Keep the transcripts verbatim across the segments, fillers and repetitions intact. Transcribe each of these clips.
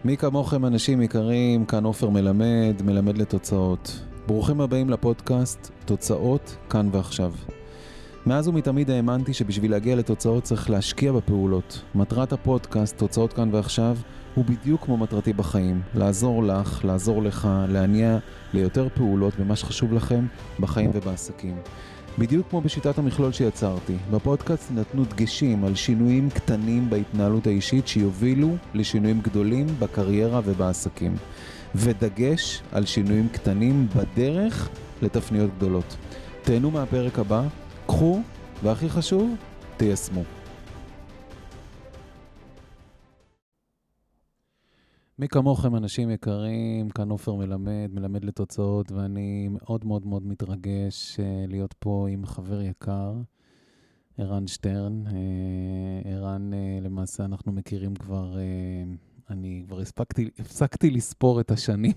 מי כמוכם אנשים יקרים, כאן עופר מלמד, מלמד לתוצאות. ברוכים הבאים לפודקאסט, תוצאות כאן ועכשיו. מאז ומתמיד האמנתי שבשביל להגיע לתוצאות צריך להשקיע בפעולות. מטרת הפודקאסט, תוצאות כאן ועכשיו, הוא בדיוק כמו מטרתי בחיים. לעזור לך, לעזור לך, להניע ליותר פעולות במה שחשוב לכם בחיים ובעסקים. בדיוק כמו בשיטת המכלול שיצרתי, בפודקאסט נתנו דגשים על שינויים קטנים בהתנהלות האישית שיובילו לשינויים גדולים בקריירה ובעסקים. ודגש על שינויים קטנים בדרך לתפניות גדולות. תהנו מהפרק הבא, קחו, והכי חשוב, תיישמו. מי כמוכם אנשים יקרים, כאן עופר מלמד, מלמד לתוצאות, ואני מאוד מאוד מאוד מתרגש להיות פה עם חבר יקר, ערן שטרן. ערן, למעשה אנחנו מכירים כבר, אני כבר הספקתי, הפסקתי לספור את השנים,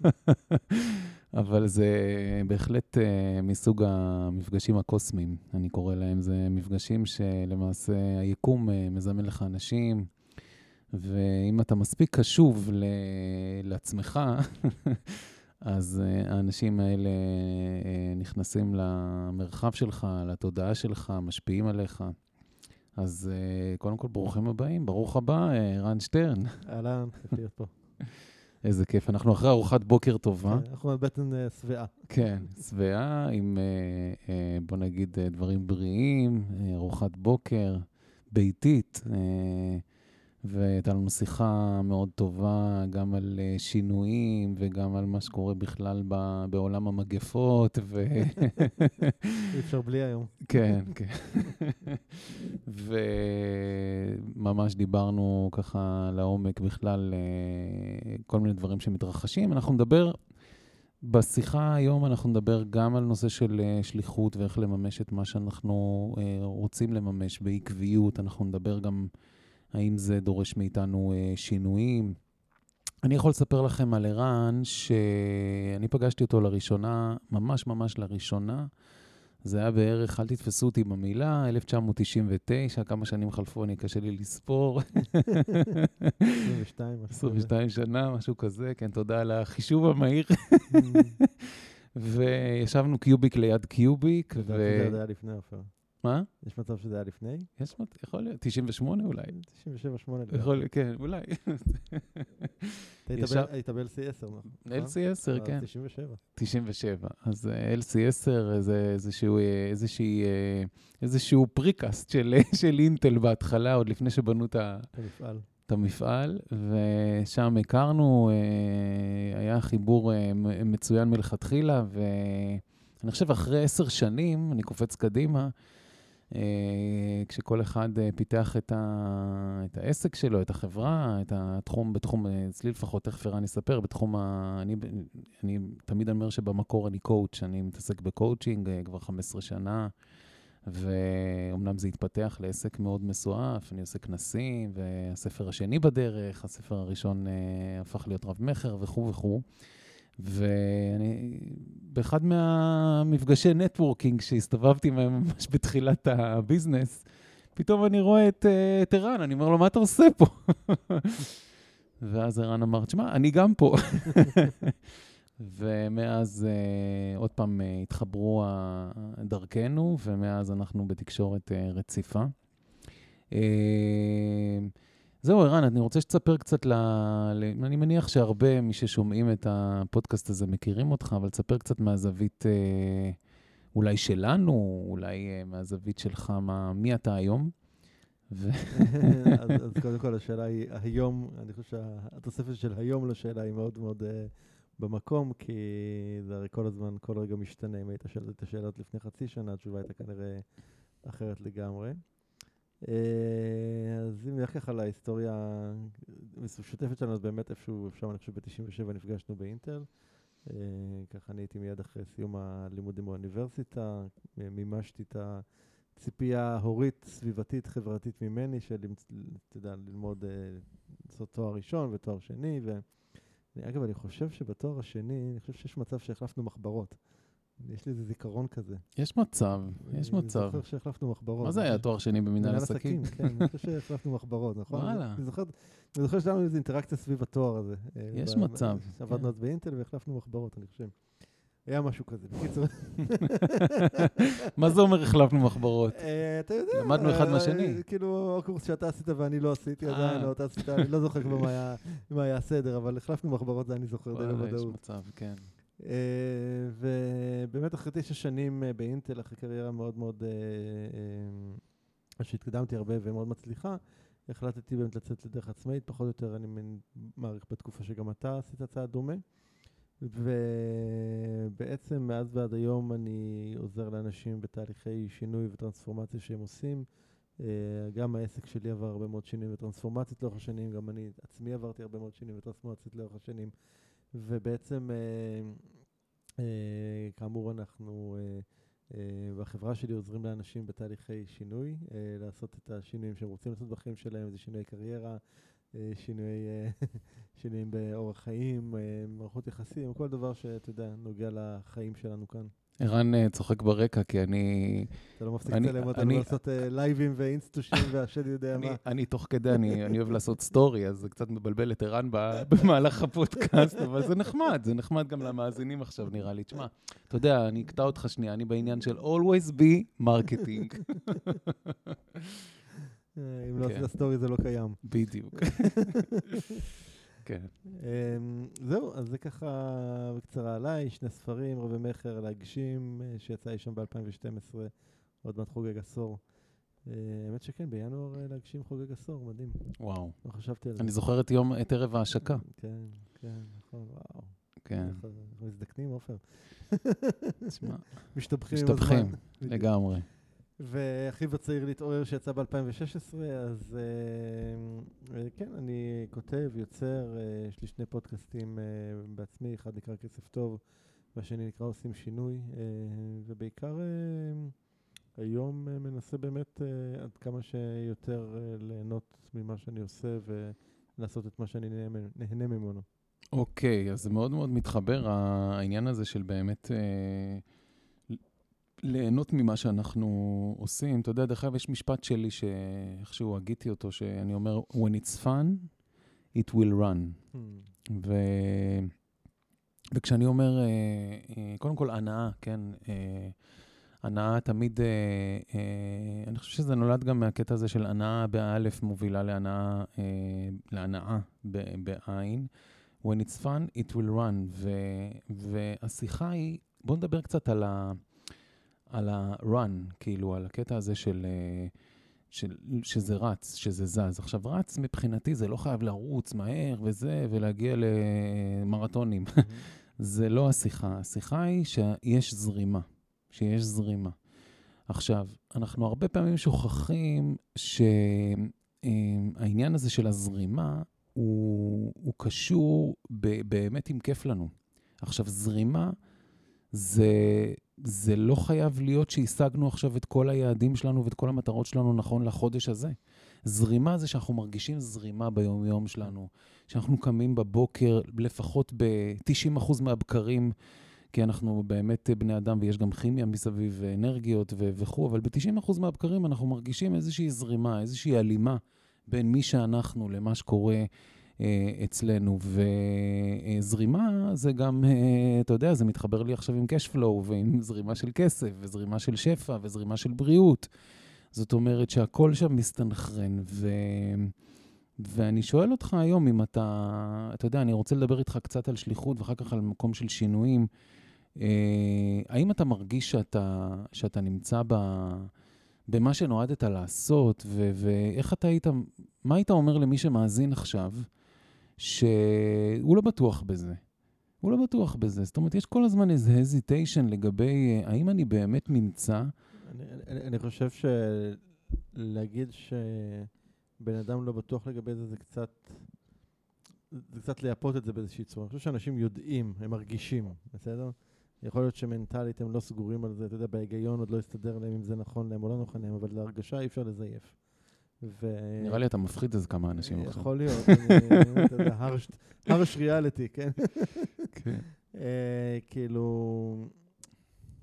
אבל זה בהחלט מסוג המפגשים הקוסמיים, אני קורא להם. זה מפגשים שלמעשה היקום מזמן לך אנשים, ואם אתה מספיק קשוב ל... לעצמך, אז האנשים האלה נכנסים למרחב שלך, לתודעה שלך, משפיעים עליך. אז קודם כל, ברוכים הבאים. ברוך הבא, ערן שטרן. אהלן, כיף להיות פה. איזה כיף. אנחנו אחרי ארוחת בוקר טובה. אנחנו בבטן שבעה. כן, שבעה עם, בוא נגיד, דברים בריאים, ארוחת בוקר, ביתית, והייתה לנו שיחה מאוד טובה, גם על שינויים, וגם על מה שקורה בכלל ב- בעולם המגפות. ו... אי אפשר בלי היום. כן, כן. וממש דיברנו ככה לעומק בכלל, כל מיני דברים שמתרחשים. אנחנו נדבר, בשיחה היום אנחנו נדבר גם על נושא של שליחות, ואיך לממש את מה שאנחנו רוצים לממש בעקביות. אנחנו נדבר גם האם זה דורש מאיתנו אה, שינויים. אני יכול לספר לכם על ערן, שאני פגשתי אותו לראשונה, ממש ממש לראשונה. זה היה בערך, אל תתפסו אותי במילה, אלף תשע מאות תשעים ותשע, כמה שנים חלפו, אני קשה לי לספור. עשרים ושתיים. עשרים ושתיים שנה, משהו כזה, כן, תודה על החישוב המהיר. וישבנו קיוביק ליד קיוביק. ו... זה היה לפני אפילו. מה? יש מצב שזה היה לפני? יש מצב, יכול להיות, תשעים ושמונה אולי. תשעים ושבע שמונה. יכול להיות, כן, אולי. היית ב-אל סי עשר, נכון? אל סי עשר, כן. תשעים ושבע. תשעים ושבע. אז אל סי עשר זה איזשהו, איזושהי, איזשהו פריקאסט של, של אינטל בהתחלה, עוד לפני שבנו את המפעל. את המפעל, ושם הכרנו, היה חיבור מצוין מלכתחילה, ואני חושב אחרי עשר שנים, אני קופץ קדימה, כשכל אחד פיתח את, ה, את העסק שלו, את החברה, את התחום, בתחום, אצלי לפחות, תכף ערן יספר, בתחום, ה, אני, אני תמיד אומר שבמקור אני קואוץ', אני מתעסק בקואוצ'ינג כבר חמש עשרה שנה, ואומנם זה התפתח לעסק מאוד מסועף, אני עושה כנסים, והספר השני בדרך, הספר הראשון הפך להיות רב מחר וכו' וכו'. ואני, באחד מהמפגשי נטוורקינג שהסתובבתי מהם ממש בתחילת הביזנס, פתאום אני רואה את, את ערן, אני אומר לו, מה אתה עושה פה? ואז ערן אמר, תשמע, אני גם פה. ומאז עוד פעם התחברו דרכנו, ומאז אנחנו בתקשורת רציפה. זהו, ערן, אני רוצה שתספר קצת, ל... אני מניח שהרבה מי ששומעים את הפודקאסט הזה מכירים אותך, אבל תספר קצת מהזווית אולי שלנו, אולי מהזווית שלך, מה... מי אתה היום? ו... אז, אז קודם כל השאלה היא, היום, אני חושב שהתוספת של היום לשאלה היא מאוד מאוד uh, במקום, כי זה הרי כל הזמן, כל רגע משתנה. אם היית שואל את השאלות לפני חצי שנה, התשובה הייתה כנראה אחרת לגמרי. אז אם נלך ככה להיסטוריה משותפת שלנו, אז באמת איפשהו, אפשר, אני חושב ב-תשעים ושבע נפגשנו באינטל. ככה אני הייתי מיד אחרי סיום הלימודים באוניברסיטה, מימשתי את הציפייה ההורית, סביבתית, חברתית ממני, של ללמוד, לעשות תואר ראשון ותואר שני. ואגב, אני חושב שבתואר השני, אני חושב שיש מצב שהחלפנו מחברות. יש לי איזה זיכרון כזה. יש מצב, יש מצב. אני זוכר שהחלפנו מחברות. מה זה היה תואר שני במנהל עסקים? כן, אני חושב שהחלפנו מחברות, נכון? וואלה. אני זוכר שלנו איזו אינטראקציה סביב התואר הזה. יש מצב. עבדנו אז באינטל והחלפנו מחברות, אני חושב. היה משהו כזה, בקיצור. מה זה אומר החלפנו מחברות? אתה יודע. למדנו אחד מהשני. כאילו, הקורס שאתה עשית ואני לא עשיתי עדיין, או אתה עשית, אני לא זוכר כבר מה היה הסדר, אבל החלפנו מחברות, זה אני זוכר די בוודאות. יש מצב, כן. ובאמת אחרי תשע שנים באינטל, אחרי קריירה מאוד מאוד, שהתקדמתי הרבה ומאוד מצליחה, החלטתי באמת לצאת לדרך עצמאית, פחות או יותר אני מעריך בתקופה שגם אתה עשית צעד דומה. ובעצם מאז ועד היום אני עוזר לאנשים בתהליכי שינוי וטרנספורמציה שהם עושים. גם העסק שלי עבר הרבה מאוד שינויים וטרנספורמציות לאורך השנים, גם אני עצמי עברתי הרבה מאוד שינויים וטרנספורמציות לאורך השנים. ובעצם, כאמור, אנחנו בחברה שלי עוזרים לאנשים בתהליכי שינוי, לעשות את השינויים שהם רוצים לעשות בחיים שלהם, זה שינוי קריירה, שינוי, שינויים באורח חיים, מערכות יחסים, כל דבר שאתה יודע, נוגע לחיים שלנו כאן. ערן צוחק ברקע, כי אני... אתה לא מפסיק צלם אותנו לעשות לייבים ואינסטושים והשד יודע מה. אני תוך כדי, אני אוהב לעשות סטורי, אז זה קצת מבלבל את ערן במהלך הפודקאסט, אבל זה נחמד, זה נחמד גם למאזינים עכשיו, נראה לי. תשמע, אתה יודע, אני אקטע אותך שנייה, אני בעניין של always be marketing. אם לא עשית סטורי זה לא קיים. בדיוק. כן. זהו, אז זה ככה בקצרה עליי, שני ספרים, רבי מחר להגשים, שיצא לי שם ב-אלפיים ושתים עשרה, עוד מעט חוגג עשור. האמת שכן, בינואר להגשים חוגג עשור, מדהים. וואו. לא חשבתי על זה. אני זוכר את יום, את ערב ההשקה. כן, כן, נכון, וואו. כן. אנחנו מזדקנים, עופר. תשמע, משתבחים. משתבחים, לגמרי. ואחיו הצעיר להתעורר שיצא ב-אלפיים ושש עשרה, אז כן, אני כותב, יוצר, יש לי שני פודקאסטים בעצמי, אחד נקרא כסף טוב, והשני נקרא עושים שינוי, ובעיקר היום מנסה באמת עד כמה שיותר ליהנות ממה שאני עושה ולעשות את מה שאני נהנה ממנו. אוקיי, אז זה מאוד מאוד מתחבר, העניין הזה של באמת... ליהנות ממה שאנחנו עושים. אתה יודע, דרך אגב, יש משפט שלי שאיכשהו הגיתי אותו, שאני אומר, when it's fun, it will run. Hmm. ו... וכשאני אומר, קודם כל, הנאה, כן, הנאה תמיד, אני חושב שזה נולד גם מהקטע הזה של הנאה באלף מובילה להנאה, להנאה בעין. when it's fun, it will run. ו... והשיחה היא, בואו נדבר קצת על ה... על ה-run, כאילו, על הקטע הזה של, של, שזה רץ, שזה זז. עכשיו, רץ מבחינתי, זה לא חייב לרוץ מהר וזה, ולהגיע למרתונים. Mm-hmm. זה לא השיחה. השיחה היא שיש זרימה, שיש זרימה. עכשיו, אנחנו הרבה פעמים שוכחים שהעניין הזה של הזרימה, הוא, הוא קשור ב, באמת עם כיף לנו. עכשיו, זרימה זה... זה לא חייב להיות שהשגנו עכשיו את כל היעדים שלנו ואת כל המטרות שלנו נכון לחודש הזה. זרימה זה שאנחנו מרגישים זרימה ביום יום שלנו, שאנחנו קמים בבוקר לפחות ב-תשעים אחוז מהבקרים, כי אנחנו באמת בני אדם ויש גם כימיה מסביב ואנרגיות ו- וכו', אבל ב-תשעים אחוז מהבקרים אנחנו מרגישים איזושהי זרימה, איזושהי הלימה בין מי שאנחנו למה שקורה אצלנו, וזרימה זה גם, אתה יודע, זה מתחבר לי עכשיו עם cash flow, ועם זרימה של כסף, וזרימה של שפע, וזרימה של בריאות. זאת אומרת שהכל שם מסתנכרן, ו... ואני שואל אותך היום אם אתה, אתה יודע, אני רוצה לדבר איתך קצת על שליחות, ואחר כך על מקום של שינויים. האם אתה מרגיש שאתה, שאתה נמצא ב... במה שנועדת לעשות, ו... ואיך אתה היית, מה היית אומר למי שמאזין עכשיו, שהוא לא בטוח בזה. הוא לא בטוח בזה. זאת אומרת, יש כל הזמן איזה hesitation לגבי האם אני באמת נמצא. אני, אני, אני חושב שלהגיד שבן אדם לא בטוח לגבי זה, זה קצת, זה קצת לייפות את זה באיזושהי צורה. אני חושב שאנשים יודעים, הם מרגישים, בסדר? יכול להיות שמנטלית הם לא סגורים על זה, אתה יודע, בהיגיון עוד לא יסתדר להם אם זה נכון להם או לא נכון להם, אבל להרגשה אי אפשר לזייף. נראה לי אתה מפחיד איזה כמה אנשים. יכול להיות, הרש ריאליטי, כן? כאילו,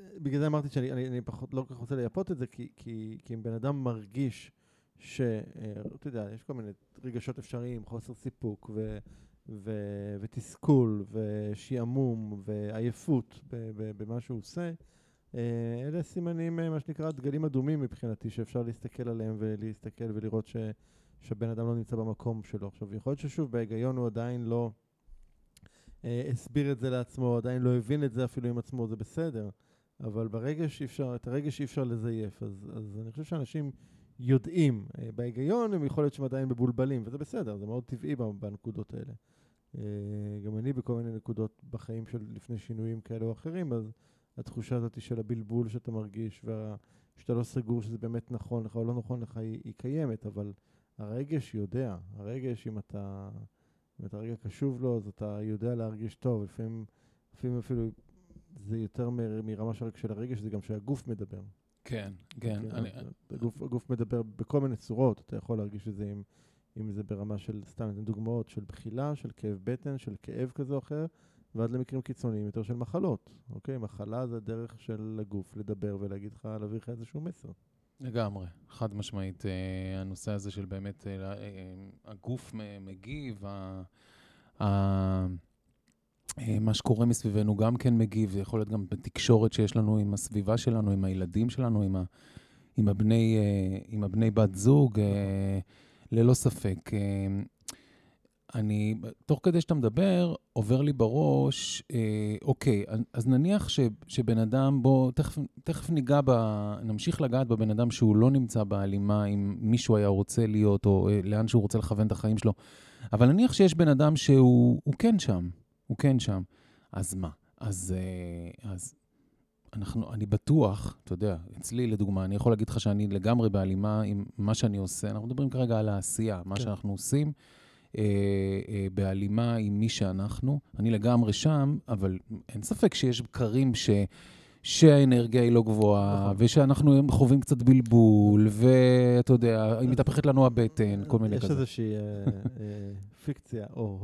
בגלל זה אמרתי שאני אני, אני פחות, לא כל כך רוצה לייפות את זה, כי, כי, כי אם בן אדם מרגיש ש, אתה יודע, יש כל מיני רגשות אפשריים, חוסר סיפוק ו, ו, ותסכול ושיעמום ועייפות במה שהוא עושה, אלה סימנים, מה שנקרא, דגלים אדומים מבחינתי, שאפשר להסתכל עליהם ולהסתכל ולראות ש, שבן אדם לא נמצא במקום שלו. עכשיו, יכול להיות ששוב, בהיגיון הוא עדיין לא אה, הסביר את זה לעצמו, עדיין לא הבין את זה אפילו עם עצמו, זה בסדר. אבל ברגע שאפשר, את הרגע שאפשר לזייף, אז, אז אני חושב שאנשים יודעים. אה, בהיגיון הם יכול להיות שהם עדיין מבולבלים, וזה בסדר, זה מאוד טבעי בנקודות האלה. אה, גם אני בכל מיני נקודות בחיים של לפני שינויים כאלה או אחרים, אז התחושה הזאת של הבלבול שאתה מרגיש, ושאתה לא סגור שזה באמת נכון לך או לא נכון לך, היא, היא קיימת, אבל הרגש יודע, הרגש, אם אתה, אם אתה רגע קשוב לו, אז אתה יודע להרגיש טוב. לפעמים, לפעמים אפילו זה יותר מ- מרמה של, של הרגש, זה גם שהגוף מדבר. כן, כן. כן, אני... הגוף, הגוף מדבר בכל מיני צורות, אתה יכול להרגיש את זה אם, אם זה ברמה של, סתם דוגמאות, של בחילה, של כאב בטן, של כאב כזה או אחר, ועד למקרים קיצוניים יותר של מחלות. אוקיי? מחלה זה דרך של הגוף לדבר ולהגיד לך, להביא לך איזשהו מסר. לגמרי, חד משמעית. הנושא הזה של באמת הגוף מגיב, מה שקורה מסביבנו גם כן מגיב, זה יכול להיות גם בתקשורת שיש לנו עם הסביבה שלנו, עם הילדים שלנו, עם, ה, עם, הבני, עם הבני בת זוג, ללא ספק. אני, תוך כדי שאתה מדבר, עובר לי בראש, אה, אוקיי, אז נניח ש, שבן אדם, בוא, תכף, תכף ניגע ב, נמשיך לגעת בבן אדם שהוא לא נמצא בהלימה, אם מישהו היה רוצה להיות, או אה, לאן שהוא רוצה לכוון את החיים שלו. אבל נניח שיש בן אדם שהוא הוא כן שם, הוא כן שם. אז מה? אז, אה, אז אנחנו, אני בטוח, אתה יודע, אצלי לדוגמה, אני יכול להגיד לך שאני לגמרי בהלימה עם מה שאני עושה. אנחנו מדברים כרגע על העשייה, מה כן. שאנחנו עושים, אה, אה, בהלימה עם מי שאנחנו. אני לגמרי שם, אבל אין ספק שיש בקרים ש... שהאנרגיה היא לא גבוהה, ושאנחנו חווים קצת בלבול, ואתה יודע, היא מתהפכת לנו הבטן, כל מיני כזה. יש איזושהי פיקציה, או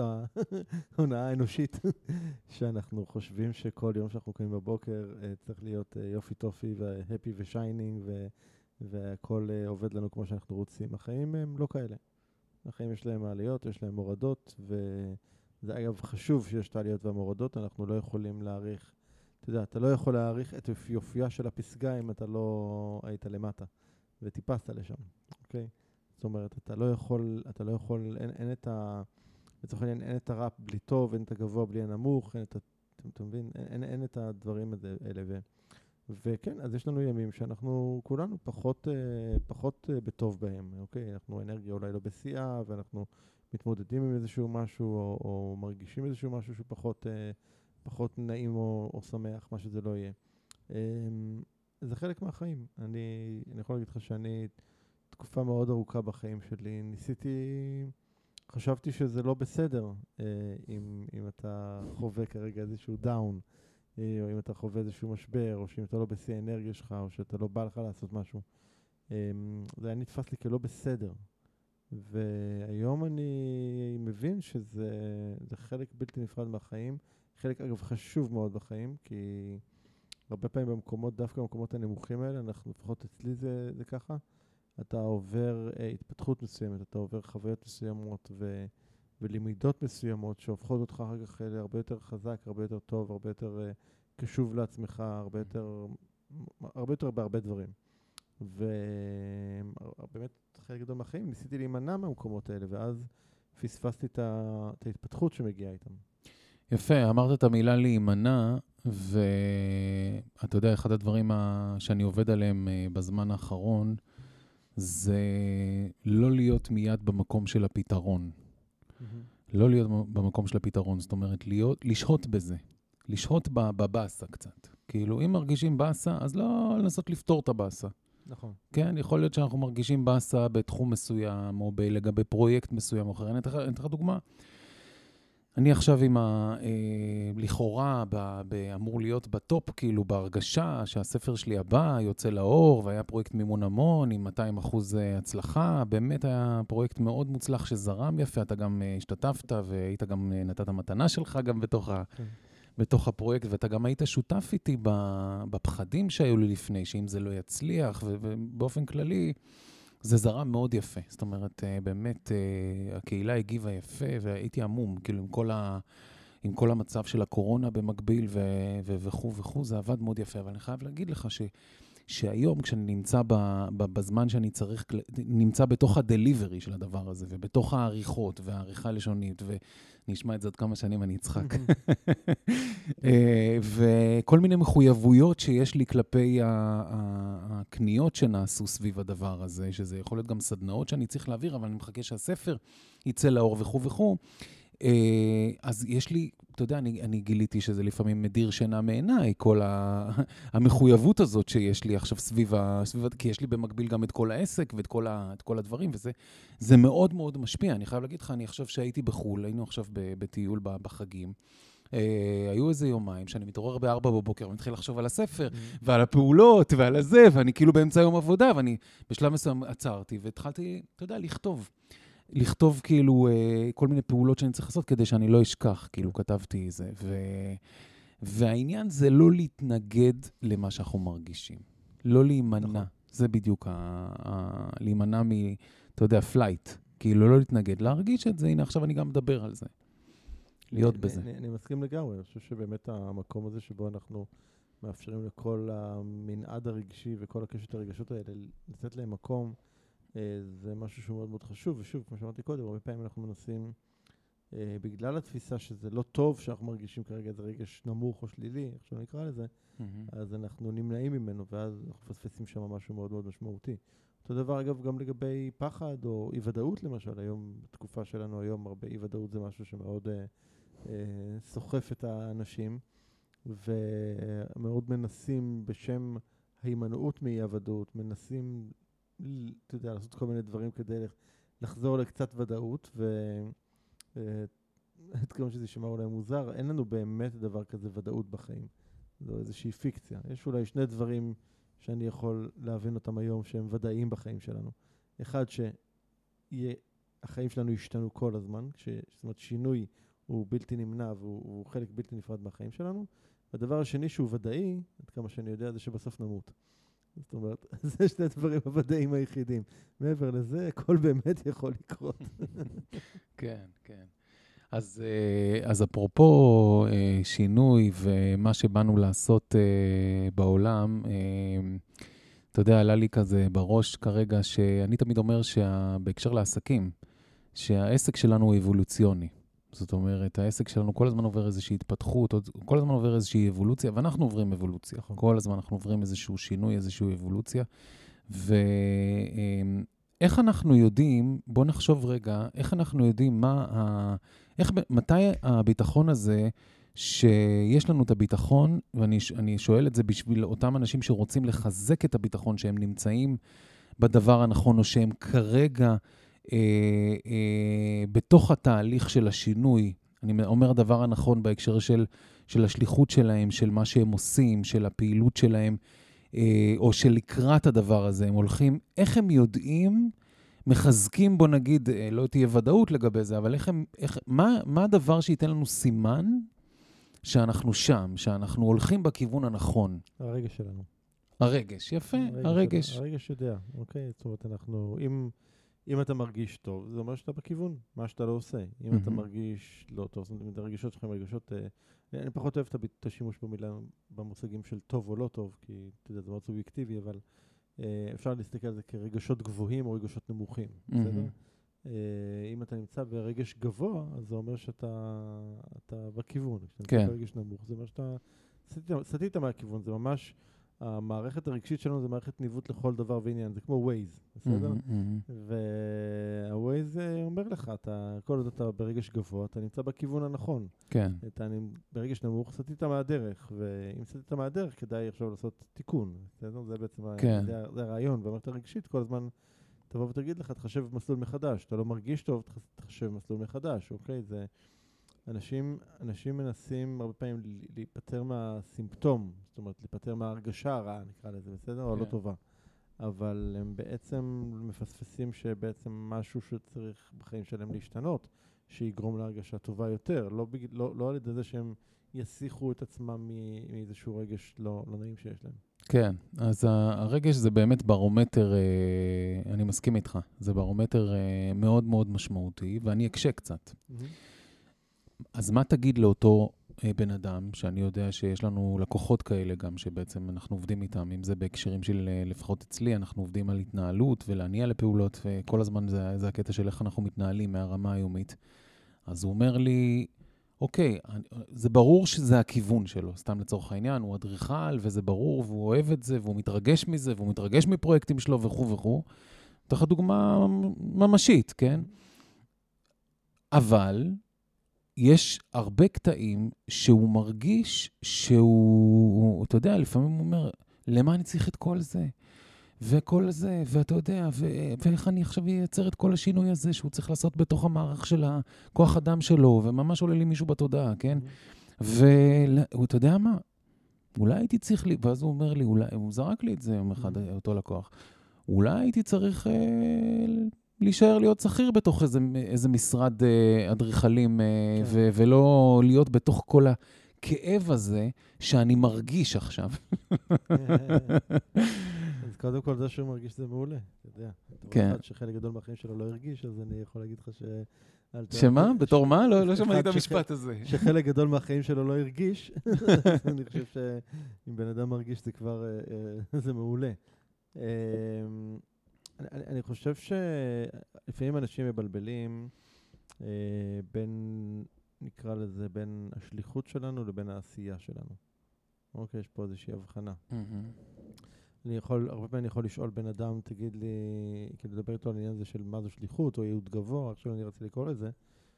הונאה אנושית, שאנחנו חושבים שכל יום שאנחנו קמים בבוקר צריך להיות יופי טופי, והפי ושיינינג, והכל עובד לנו כמו שאנחנו רוצים. החיים הם לא כאלה. החיים יש להם מעליות, יש להם מורדות, וזה אגב חשוב שיש את העליות והמורדות, אנחנו לא יכולים להעריך, אתה יודע, אתה לא יכול להעריך את יופייה של הפסגה אם אתה לא היית למטה, וטיפסת לשם, אוקיי? זאת אומרת, אתה לא יכול, אתה לא יכול, אין, אין את ה... לצורך העניין, אין את הרע בלי טוב, אין את הגבוה בלי הנמוך, אין את ה... אתה, אתה מבין? אין, אין, אין את הדברים האלה. ו, וכן, אז יש לנו ימים שאנחנו כולנו פחות, פחות בטוב בהם, אוקיי? אנחנו אנרגיה אולי לא בשיאה, ואנחנו מתמודדים עם איזשהו משהו, או, או מרגישים איזשהו משהו שפחות... פחות נעים או, או שמח, מה שזה לא יהיה. זה חלק מהחיים. אני, אני יכול להגיד לך שאני תקופה מאוד ארוכה בחיים שלי, ניסיתי, חשבתי שזה לא בסדר, אם, אם אתה חווה כרגע איזשהו דאון, או אם אתה חווה איזשהו משבר, או שאם אתה לא בשיא האנרגיה שלך, או שאתה לא בא לך לעשות משהו. זה היה נתפס לי כלא בסדר. והיום אני מבין שזה זה חלק בלתי נפרד מהחיים, חלק אגב חשוב מאוד בחיים, כי הרבה פעמים במקומות, דווקא במקומות הנמוכים האלה, אנחנו, לפחות אצלי זה, זה ככה, אתה עובר אה, התפתחות מסוימת, אתה עובר חוויות מסוימות ו, ולמידות מסוימות שהופכות אותך אחר כך להרבה יותר חזק, הרבה יותר טוב, הרבה יותר אה, קשוב לעצמך, הרבה יותר, הרבה יותר בהרבה דברים. ובאמת חלק גדול מהחיים ניסיתי להימנע מהמקומות האלה, ואז פספסתי את, ה, את ההתפתחות שמגיעה איתם. יפה, אמרת את המילה להימנע, ואתה יודע, אחד הדברים שאני עובד עליהם בזמן האחרון, זה לא להיות מיד במקום של הפתרון. Mm-hmm. לא להיות במקום של הפתרון, זאת אומרת, להיות, לשהות בזה, לשהות בבאסה קצת. כאילו, אם מרגישים באסה, אז לא לנסות לפתור את הבאסה. נכון. כן, יכול להיות שאנחנו מרגישים באסה בתחום מסוים, או לגבי פרויקט מסוים או אחר. אני אתן לך דוגמה. אני עכשיו עם ה... אה, לכאורה, ב, ב, אמור להיות בטופ, כאילו בהרגשה שהספר שלי הבא יוצא לאור, והיה פרויקט מימון המון עם מאתיים אחוז הצלחה. באמת היה פרויקט מאוד מוצלח שזרם יפה, אתה גם השתתפת, והיית גם נתת המתנה שלך גם בתוך, ה, בתוך הפרויקט, ואתה גם היית שותף איתי בפחדים שהיו לי לפני, שאם זה לא יצליח, ובאופן כללי, זה זרם מאוד יפה. זאת אומרת, באמת, הקהילה הגיבה יפה, והייתי עמום, כאילו, עם כל ה... עם כל המצב של הקורונה במקביל וכו' וכו', זה עבד מאוד יפה, אבל אני חייב להגיד לך ש... שהיום כשאני נמצא ב, ב, בזמן שאני צריך, נמצא בתוך הדליברי של הדבר הזה, ובתוך העריכות והעריכה לשונית, ונשמע את זה עוד כמה שנים, אני אצחק. וכל מיני מחויבויות שיש לי כלפי הקניות שנעשו סביב הדבר הזה, שזה יכול להיות גם סדנאות שאני צריך להעביר, אבל אני מחכה שהספר יצא לאור וכו' וכו'. אז יש לי, אתה יודע, אני, אני גיליתי שזה לפעמים מדיר שינה מעיניי, כל ה, המחויבות הזאת שיש לי עכשיו סביב, סביב, כי יש לי במקביל גם את כל העסק ואת כל, ה, את כל הדברים, וזה זה מאוד מאוד משפיע. אני חייב להגיד לך, אני חושב שהייתי בחול, היינו עכשיו בטיול בחגים, היו איזה יומיים שאני מתעורר בארבע בבוקר, ומתחיל לחשוב על הספר, ועל הפעולות, ועל הזה, ואני כאילו באמצע יום עבודה, ואני בשלב מסוים עצרתי, והתחלתי, אתה יודע, לכתוב. לכתוב כאילו כל מיני פעולות שאני צריך לעשות כדי שאני לא אשכח, כאילו כתבתי זה. ו... והעניין זה לא להתנגד למה שאנחנו מרגישים. לא להימנע. זה בדיוק ה... ה... להימנע מ... אתה יודע, פלייט. כאילו לא להתנגד. להרגיש את זה, הנה עכשיו אני גם מדבר על זה. להיות אני, בזה. אני, אני מסכים לגמרי. אני חושב שבאמת המקום הזה שבו אנחנו מאפשרים לכל המנעד הרגשי וכל הקשת הרגשות האלה, לתת להם מקום, זה משהו שהוא מאוד מאוד חשוב, ושוב, כמו שאמרתי קודם, הרבה פעמים אנחנו מנסים, אה, בגלל התפיסה שזה לא טוב שאנחנו מרגישים כרגע איזה רגש נמוך או שלילי, איך שלא נקרא לזה, mm-hmm. אז אנחנו נמנעים ממנו, ואז אנחנו פספסים שם משהו מאוד מאוד משמעותי. אותו דבר, אגב, גם לגבי פחד או אי-ודאות, למשל, היום, בתקופה שלנו היום, הרבה אי-ודאות זה משהו שמאוד אה, אה, סוחף את האנשים, ומאוד מנסים בשם ההימנעות מאי-ודאות, מנסים אתה יודע, לעשות כל מיני דברים כדי לחזור לקצת ודאות, ועד כמה שזה יישמע אולי מוזר, אין לנו באמת דבר כזה ודאות בחיים. זו איזושהי פיקציה. יש אולי שני דברים שאני יכול להבין אותם היום שהם ודאיים בחיים שלנו. אחד, שהחיים שלנו ישתנו כל הזמן, זאת אומרת שינוי הוא בלתי נמנע והוא חלק בלתי נפרד מהחיים שלנו. והדבר השני שהוא ודאי, עד כמה שאני יודע, זה שבסוף נמות. זאת אומרת, זה שני דברים הוודאים היחידים. מעבר לזה, הכל באמת יכול לקרות. כן, כן. אז, אז אפרופו שינוי ומה שבאנו לעשות בעולם, אתה יודע, עלה לי כזה בראש כרגע, שאני תמיד אומר שבהקשר לעסקים, שהעסק שלנו הוא אבולוציוני. זאת אומרת, העסק שלנו כל הזמן עובר איזושהי התפתחות, כל הזמן עובר איזושהי אבולוציה, ואנחנו עוברים אבולוציה. כל הזמן אנחנו עוברים איזשהו שינוי, איזושהי אבולוציה. ואיך אנחנו יודעים, בוא נחשוב רגע, איך אנחנו יודעים מה, ה... איך, מתי הביטחון הזה, שיש לנו את הביטחון, ואני שואל את זה בשביל אותם אנשים שרוצים לחזק את הביטחון, שהם נמצאים בדבר הנכון, או שהם כרגע, אה, אה, בתוך התהליך של השינוי, אני אומר הדבר הנכון בהקשר של, של השליחות שלהם, של מה שהם עושים, של הפעילות שלהם, אה, או של לקראת הדבר הזה, הם הולכים, איך הם יודעים, מחזקים, בוא נגיד, אה, לא תהיה ודאות לגבי זה, אבל איך הם, איך, מה, מה הדבר שייתן לנו סימן שאנחנו שם, שאנחנו הולכים בכיוון הנכון? הרגש שלנו. הרגש, יפה, הרגש. הרגש, הרגש יודע, אוקיי? זאת אומרת, אנחנו, אם... אם אתה מרגיש טוב, זה אומר שאתה בכיוון, מה שאתה לא עושה. אם אתה מרגיש לא טוב, זאת אומרת, הרגשות שלך הם רגשות... אני פחות אוהב את השימוש במילה, במושגים של טוב או לא טוב, כי אתה יודע, זה מאוד סובייקטיבי, אבל אפשר להסתכל על זה כרגשות גבוהים או רגשות נמוכים, בסדר? אם אתה נמצא ברגש גבוה, אז זה אומר שאתה בכיוון. כשאתה נמצא ברגש נמוך, זה אומר שאתה סטית מהכיוון, זה ממש... המערכת הרגשית שלנו זה מערכת ניווט לכל דבר ועניין, זה כמו Waze, בסדר? וה-Waze אומר לך, כל עוד אתה ברגש גבוה, אתה נמצא בכיוון הנכון. כן. אתה ברגש נמוך, סטית מהדרך, ואם סטית מהדרך, כדאי עכשיו לעשות תיקון, בסדר? זה בעצם הרעיון, והמערכת הרגשית כל הזמן תבוא ותגיד לך, תחשב מסלול מחדש, אתה לא מרגיש טוב, תחשב מסלול מחדש, אוקיי? זה... אנשים, אנשים מנסים הרבה פעמים להיפטר מהסימפטום, זאת אומרת, להיפטר מההרגשה הרעה, נקרא לזה, בסדר? או לא טובה. אבל הם בעצם מפספסים שבעצם משהו שצריך בחיים שלהם להשתנות, שיגרום להרגשה טובה יותר, לא, בג... לא, לא על ידי זה שהם יסיחו את עצמם מאיזשהו רגש לא, לא נעים שיש להם. כן, אז הרגש זה באמת ברומטר, אני מסכים איתך, זה ברומטר מאוד מאוד משמעותי, ואני אקשה קצת. Mm-hmm. אז מה תגיד לאותו בן אדם, שאני יודע שיש לנו לקוחות כאלה גם, שבעצם אנחנו עובדים איתם, אם זה בהקשרים של, לפחות אצלי, אנחנו עובדים על התנהלות ולהניע לפעולות, וכל הזמן זה, זה הקטע של איך אנחנו מתנהלים מהרמה היומית. אז הוא אומר לי, אוקיי, זה ברור שזה הכיוון שלו, סתם לצורך העניין, הוא אדריכל, וזה ברור, והוא אוהב את זה, והוא מתרגש מזה, והוא מתרגש מפרויקטים שלו וכו' וכו'. תוך הדוגמה ממשית, כן? אבל יש הרבה קטעים שהוא מרגיש שהוא, אתה יודע, לפעמים הוא אומר, למה אני צריך את כל זה? וכל זה, ואתה יודע, ו- ואיך אני עכשיו ייצר את כל השינוי הזה שהוא צריך לעשות בתוך המערך של הכוח אדם שלו, וממש עולה לי מישהו בתודעה, כן? ואתה יודע מה? אולי הייתי צריך לי, ואז הוא אומר לי, אולי, הוא זרק לי את זה יום אחד, אותו לקוח, אולי הייתי צריך אה, להישאר להיות שכיר בתוך איזה, איזה משרד אה, אדריכלים, אה, כן. ו- ולא להיות בתוך כל הכאב הזה שאני מרגיש עכשיו. אז קודם כל זה שהוא מרגיש זה מעולה, אתה יודע. כן. אחד שחלק גדול מהחיים שלו לא הרגיש, אז אני יכול להגיד לך ש... שמה? בתור מה? לא שמעתי את המשפט הזה. שחלק גדול מהחיים שלו לא הרגיש, אני חושב שאם בן אדם מרגיש זה כבר, זה מעולה. אני חושב שלפעמים אנשים מבלבלים בין, נקרא לזה, בין השליחות שלנו לבין העשייה שלנו. אוקיי, יש פה איזושהי הבחנה. אני יכול, הרבה פעמים אני יכול לשאול בן אדם, תגיד לי, כאילו לדבר איתו על העניין הזה של מה זו שליחות או ייעוד גבוה, עכשיו אני רציתי לקרוא לזה,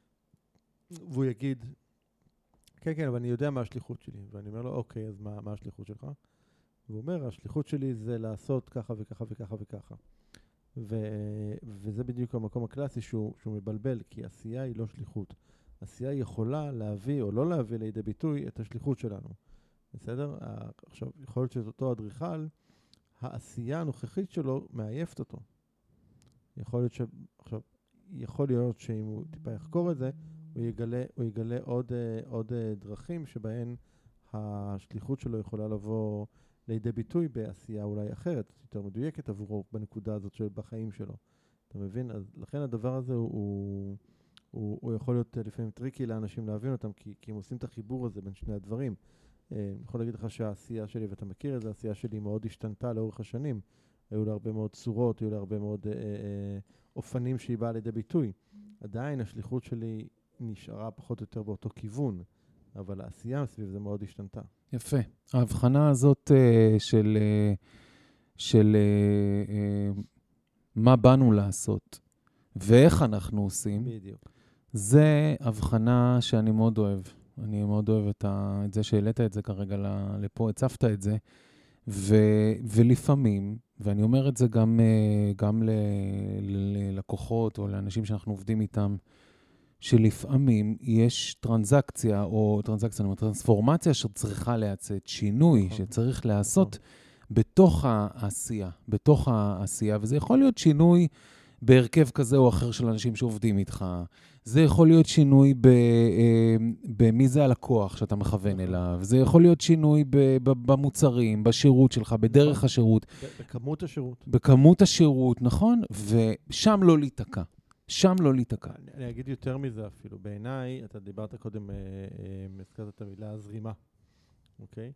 והוא יגיד, כן, כן, אבל אני יודע מה השליחות שלי, ואני אומר לו, אוקיי, אז מה, מה השליחות שלך? והוא אומר, השליחות שלי זה לעשות ככה וככה וככה וככה. ו, וזה בדיוק המקום הקלאסי שהוא, שהוא מבלבל, כי עשייה היא לא שליחות. עשייה יכולה להביא או לא להביא לידי ביטוי את השליחות שלנו. בסדר? עכשיו, יכול להיות שאותו אדריכל, העשייה הנוכחית שלו מעייפת אותו. יכול להיות ש... עכשיו, יכול להיות שאם הוא טיפה יחקור את זה, הוא יגלה, הוא יגלה עוד, עוד דרכים שבהן השליחות שלו יכולה לבוא לידי ביטוי בעשייה אולי אחרת, יותר מדויקת עבורו בנקודה הזאת של בחיים שלו. אתה מבין? אז לכן הדבר הזה הוא, הוא, הוא, הוא יכול להיות לפעמים טריקי לאנשים להבין אותם, כי, כי הם עושים את החיבור הזה בין שני הדברים. אני יכול להגיד לך שהעשייה שלי, ואתה מכיר את זה, העשייה שלי מאוד השתנתה לאורך השנים. היו לה הרבה מאוד צורות, היו לה הרבה מאוד אה, אה, אופנים שהיא באה לידי ביטוי. עדיין השליחות שלי נשארה פחות או יותר באותו כיוון, אבל העשייה מסביב זה מאוד השתנתה. יפה. ההבחנה הזאת אה, של, אה, של אה, אה, מה באנו לעשות ואיך אנחנו עושים, בדיוק. זה הבחנה שאני מאוד אוהב. אני מאוד אוהב את, ה, את זה שהעלית את זה כרגע לפה, הצפת את זה, ו, ולפעמים, ואני אומר את זה גם, גם ללקוחות או לאנשים שאנחנו עובדים איתם, שלפעמים יש טרנזקציה, או טרנזקציה, או טרנספורמציה שצריכה להיעצת, שינוי נכון. שצריך לעשות נכון. בתוך העשייה, בתוך העשייה, וזה יכול להיות שינוי בהרכב כזה או אחר של אנשים שעובדים איתך. זה יכול להיות שינוי במי זה הלקוח שאתה מכוון אליו. זה יכול להיות שינוי במוצרים, בשירות שלך, בדרך השירות. בכמות השירות. בכמות השירות, נכון? ושם לא להיתקע. שם לא להיתקע. אני אגיד יותר מזה אפילו. בעיניי, אתה דיברת קודם, הזכרת את המילה זרימה. אוקיי?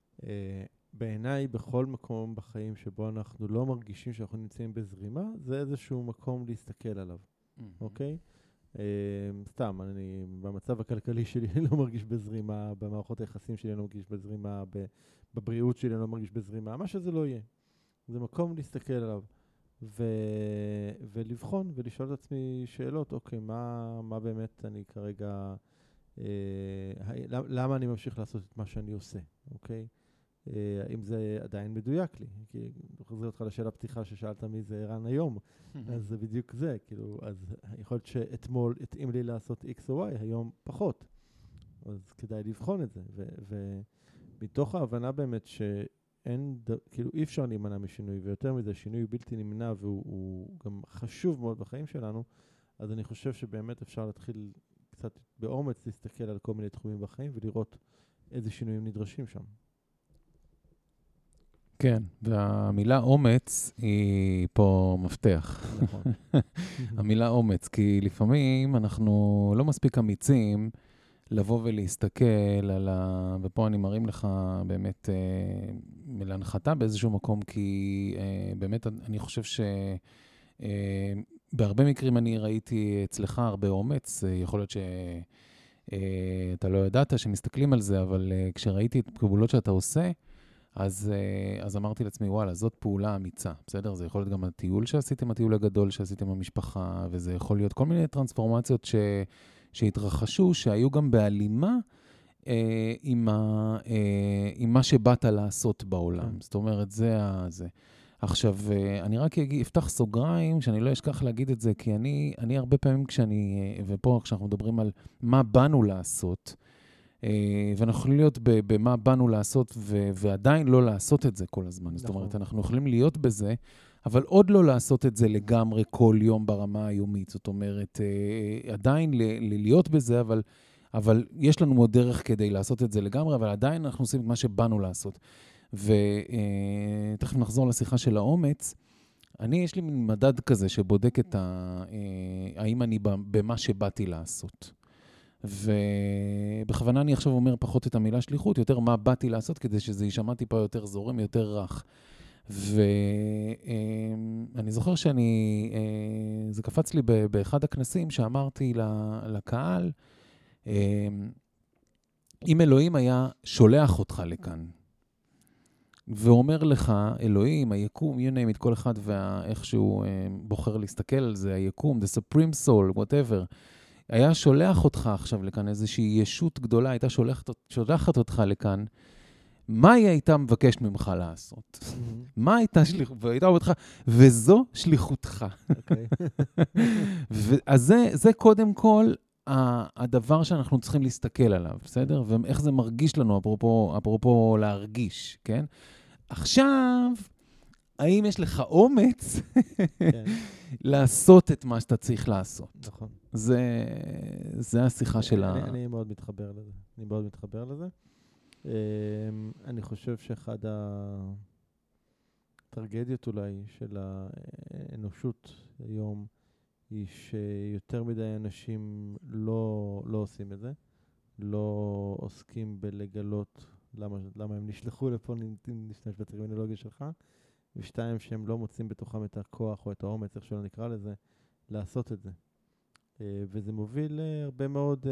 בעיניי, בכל מקום בחיים שבו אנחנו לא מרגישים שאנחנו נמצאים בזרימה, זה איזשהו מקום להסתכל עליו. אוקיי? סתם, אני במצב הכלכלי שלי לא מרגיש בזרימה, במערכות היחסים שלי אני לא מרגיש בזרימה, בבריאות שלי אני לא מרגיש בזרימה, מה שזה לא יהיה. זה מקום להסתכל עליו. ולבחון ולשאול את עצמי שאלות, אוקיי, מה, מה באמת אני כרגע, למה אני ממשיך לעשות את מה שאני עושה, אוקיי? האם זה עדיין מדויק לי? כי אני חוזר אותך לשאלה פתיחה ששאלת מי זה ערן היום, אז זה בדיוק זה, כאילו, אז יכול להיות שאתמול התאים לי לעשות X או Y, היום פחות. אז כדאי לבחון את זה, ומתוך ההבנה באמת ש... אין, כאילו אי אפשר להימנע משינוי, ויותר מזה, שינוי בלתי נמנע, והוא גם חשוב מאוד בחיים שלנו, אז אני חושב שבאמת אפשר להתחיל קצת באומץ להסתכל על כל מיני תחומים בחיים, ולראות איזה שינויים נדרשים שם. כן, והמילה אומץ היא פה מפתח. נכון. המילה אומץ, כי לפעמים אנחנו לא מספיק אמיצים לבוא ולהסתכל על ה... ופה אני מרים לך באמת אה, להנחתה באיזשהו מקום, כי אה, באמת אני חושב ש... אה, בהרבה מקרים אני ראיתי אצלך הרבה אומץ, אה, יכול להיות שאתה לא ידעת שמסתכלים על זה, אבל אה, כשראיתי את פעולות שאתה עושה, אז, אז אמרתי לעצמי, וואלה, זאת פעולה אמיצה, בסדר? זה יכול להיות גם הטיול שעשיתם, הטיול הגדול שעשיתם במשפחה, וזה יכול להיות כל מיני טרנספורמציות ש, שהתרחשו, שהיו גם בהלימה אה, עם, ה, אה, עם מה שבאת לעשות בעולם. זאת אומרת, זה ה... זה. עכשיו, אה, אני רק אגיד, אפתח סוגריים, שאני לא אשכח להגיד את זה, כי אני, אני הרבה פעמים כשאני, ופה כשאנחנו מדברים על מה באנו לעשות, ואנחנו יכולים להיות במה באנו לעשות, ועדיין לא לעשות את זה כל הזמן. זאת אומרת, אנחנו יכולים להיות בזה, אבל עוד לא לעשות את זה לגמרי כל יום ברמה היומית. זאת אומרת, עדיין להיות בזה, אבל, אבל יש לנו עוד דרך כדי לעשות את זה לגמרי, אבל עדיין אנחנו עושים את מה שבאנו לעשות. ותכף נחזור לשיחה של האומץ. אני, יש לי מין מדד כזה שבודק את ה... האם אני במה שבאתי לעשות. ובכוונה אני עכשיו אומר פחות את המילה שליחות, יותר מה באתי לעשות, כדי שזה יישמע טיפה יותר זורם, יותר רך. ואני זוכר שאני, זה קפץ לי באחד הכנסים שאמרתי לקהל, אם אלוהים היה שולח אותך לכאן, ואומר לך, אלוהים, היקום, you name it, כל אחד ואיך שהוא בוחר להסתכל על זה, היקום, the supreme soul, whatever, היה שולח אותך עכשיו לכאן, איזושהי ישות גדולה, הייתה שולחת, שולחת אותך לכאן, מה היא הייתה מבקשת ממך לעשות? מה הייתה שליחות? והייתה אומרת לך, וזו שליחותך. אז זה, זה קודם כל הדבר שאנחנו צריכים להסתכל עליו, בסדר? ואיך זה מרגיש לנו, אפרופו, אפרופו להרגיש, כן? עכשיו, האם יש לך אומץ לעשות את מה שאתה צריך לעשות? נכון. זה, זה השיחה של ה... אני מאוד מתחבר לזה. אני מאוד מתחבר לזה. אני חושב שאחד הטרגדיות אולי של האנושות היום היא שיותר מדי אנשים לא, לא עושים את זה, לא עוסקים בלגלות למה, למה הם נשלחו לפה, נשתמש בטרמינולוגיה שלך, ושתיים, שהם לא מוצאים בתוכם את הכוח או את האומץ, איך שלא נקרא לזה, לעשות את זה. וזה מוביל הרבה מאוד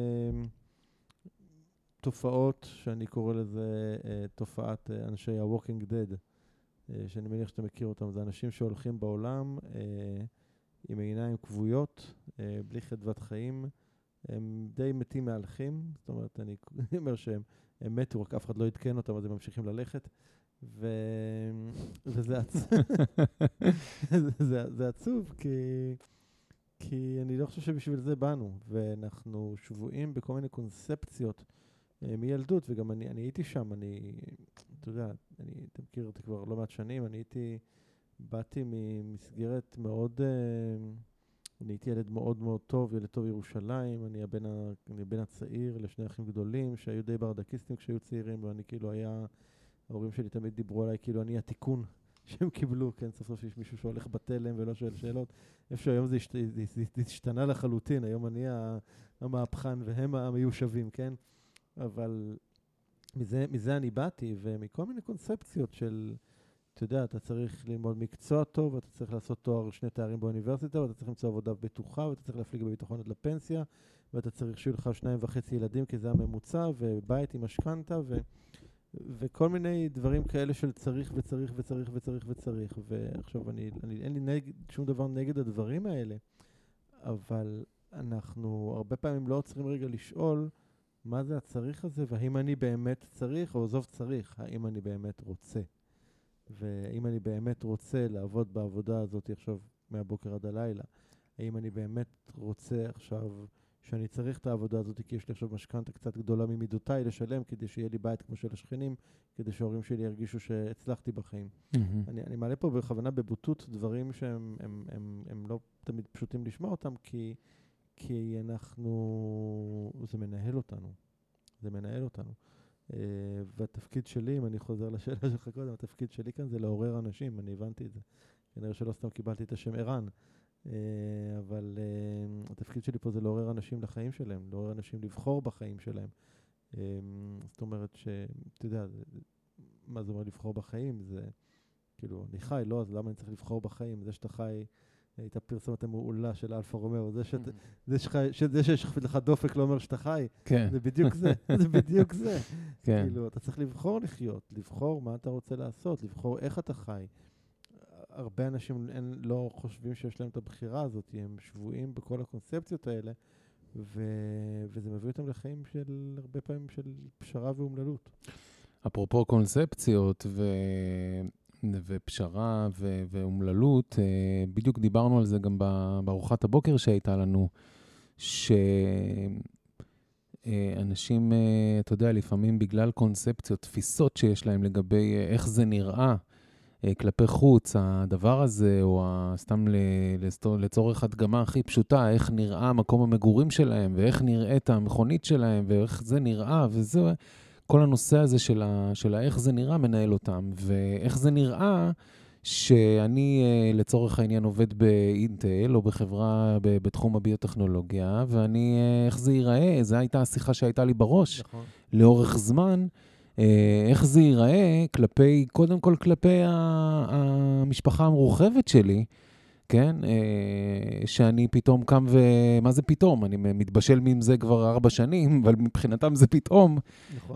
תופעות, שאני קורא לזה תופעת אנשי ה-Walking Dead, שאני מניח שאתה מכיר אותם. זה אנשים שהולכים בעולם עם עיניים כבויות, בלי חדוות חיים, הם די מתים מהלכים, זאת אומרת, אני אומר שהם הם מתו, רק אף אחד לא יתקן אותם, אז הם ממשיכים ללכת, ו... וזה עצוב, זה, זה עצוב, כי... כי אני לא חושב שבשביל זה באנו, ואנחנו שבועים בכל מיני קונספציות אה, מילדות, וגם אני, אני הייתי שם, אני, אתה יודע, אני, אתה מכיר אותי כבר לא מעט שנים, אני הייתי, באתי ממסגרת מאוד, אה, אני הייתי ילד מאוד מאוד טוב, ילד טוב ירושלים, אני הבן, ה, אני הבן הצעיר לשני אחים גדולים, שהיו די ברדקיסטים כשהיו צעירים, ואני כאילו היה, ההורים שלי תמיד דיברו עליי, כאילו אני התיקון שהם קיבלו, כן, סוף סוף יש מישהו שהולך בתלם ולא שואל שאלות. איפה היום זה השתנה לחלוטין, היום אני המהפכן והם המיושבים, כן? אבל מזה, מזה אני באתי, ומכל מיני קונספציות של, אתה יודע, אתה צריך ללמוד מקצוע טוב, אתה צריך לעשות תואר, שני תארים באוניברסיטה, ואתה צריך למצוא עבודה בטוחה, ואתה צריך להפליג בביטחון עד לפנסיה, ואתה צריך שיהיו לך שניים וחצי ילדים, כי זה הממוצע, ובית עם משכנתה, ו... וכל מיני דברים כאלה של צריך וצריך וצריך וצריך וצריך. ועכשיו אני, אני, אין לי נגד, שום דבר נגד הדברים האלה, אבל אנחנו הרבה פעמים לא צריכים רגע לשאול מה זה הצריך הזה, והאם אני באמת צריך, או עזוב צריך, האם אני באמת רוצה. והאם אני באמת רוצה לעבוד בעבודה הזאת עכשיו מהבוקר עד הלילה, האם אני באמת רוצה עכשיו שאני צריך את העבודה הזאת, כי יש לי עכשיו משכנתה קצת גדולה ממידותיי לשלם, כדי שיהיה לי בית כמו של השכנים, כדי שההורים שלי ירגישו שהצלחתי בחיים. Mm-hmm. אני, אני מעלה פה בכוונה בבוטות דברים שהם הם, הם, הם לא תמיד פשוטים לשמוע אותם, כי, כי אנחנו, זה מנהל אותנו. זה מנהל אותנו. Uh, והתפקיד שלי, אם אני חוזר לשאלה שלך קודם, התפקיד שלי כאן זה לעורר אנשים, אני הבנתי את זה. כנראה שלא סתם קיבלתי את השם ערן. Uh, אבל uh, התפקיד שלי פה זה לעורר אנשים לחיים שלהם, לעורר אנשים לבחור בחיים שלהם. Uh, זאת אומרת שאתה יודע, מה זה אומר לבחור בחיים? זה כאילו, אני חי, לא, אז למה אני צריך לבחור בחיים? זה שאתה חי, הייתה פרסומת המעולה של אלפה רומאו, זה שאת, זה שחי, שזה שיש לך דופק לא אומר שאתה חי. כן. זה בדיוק זה, זה בדיוק זה. כן. כאילו, אתה צריך לבחור לחיות, לבחור מה אתה רוצה לעשות, לבחור איך אתה חי. הרבה אנשים אין, לא חושבים שיש להם את הבחירה הזאת, הם שבועים בכל הקונספציות האלה, ו... וזה מביא אותם לחיים של הרבה פעמים של פשרה ואומללות. אפרופו קונספציות ו... ופשרה ו... ואומללות, בדיוק דיברנו על זה גם בארוחת הבוקר שהייתה לנו, שאנשים, אתה יודע, לפעמים בגלל קונספציות, תפיסות שיש להם לגבי איך זה נראה, כלפי חוץ, הדבר הזה, או סתם לצורך הדגמה הכי פשוטה, איך נראה מקום המגורים שלהם, ואיך נראית המכונית שלהם, ואיך זה נראה, וזה, כל הנושא הזה של, ה, של איך זה נראה מנהל אותם, ואיך זה נראה שאני לצורך העניין עובד באינטל, או בחברה בתחום הביוטכנולוגיה, ואני, איך זה ייראה, זו הייתה השיחה שהייתה לי בראש, נכון. לאורך זמן, איך זה ייראה כלפי, קודם כל כלפי המשפחה המורחבת שלי, כן? שאני פתאום קם ומה זה פתאום? אני מתבשל עם זה כבר ארבע שנים, אבל מבחינתם זה פתאום. נכון.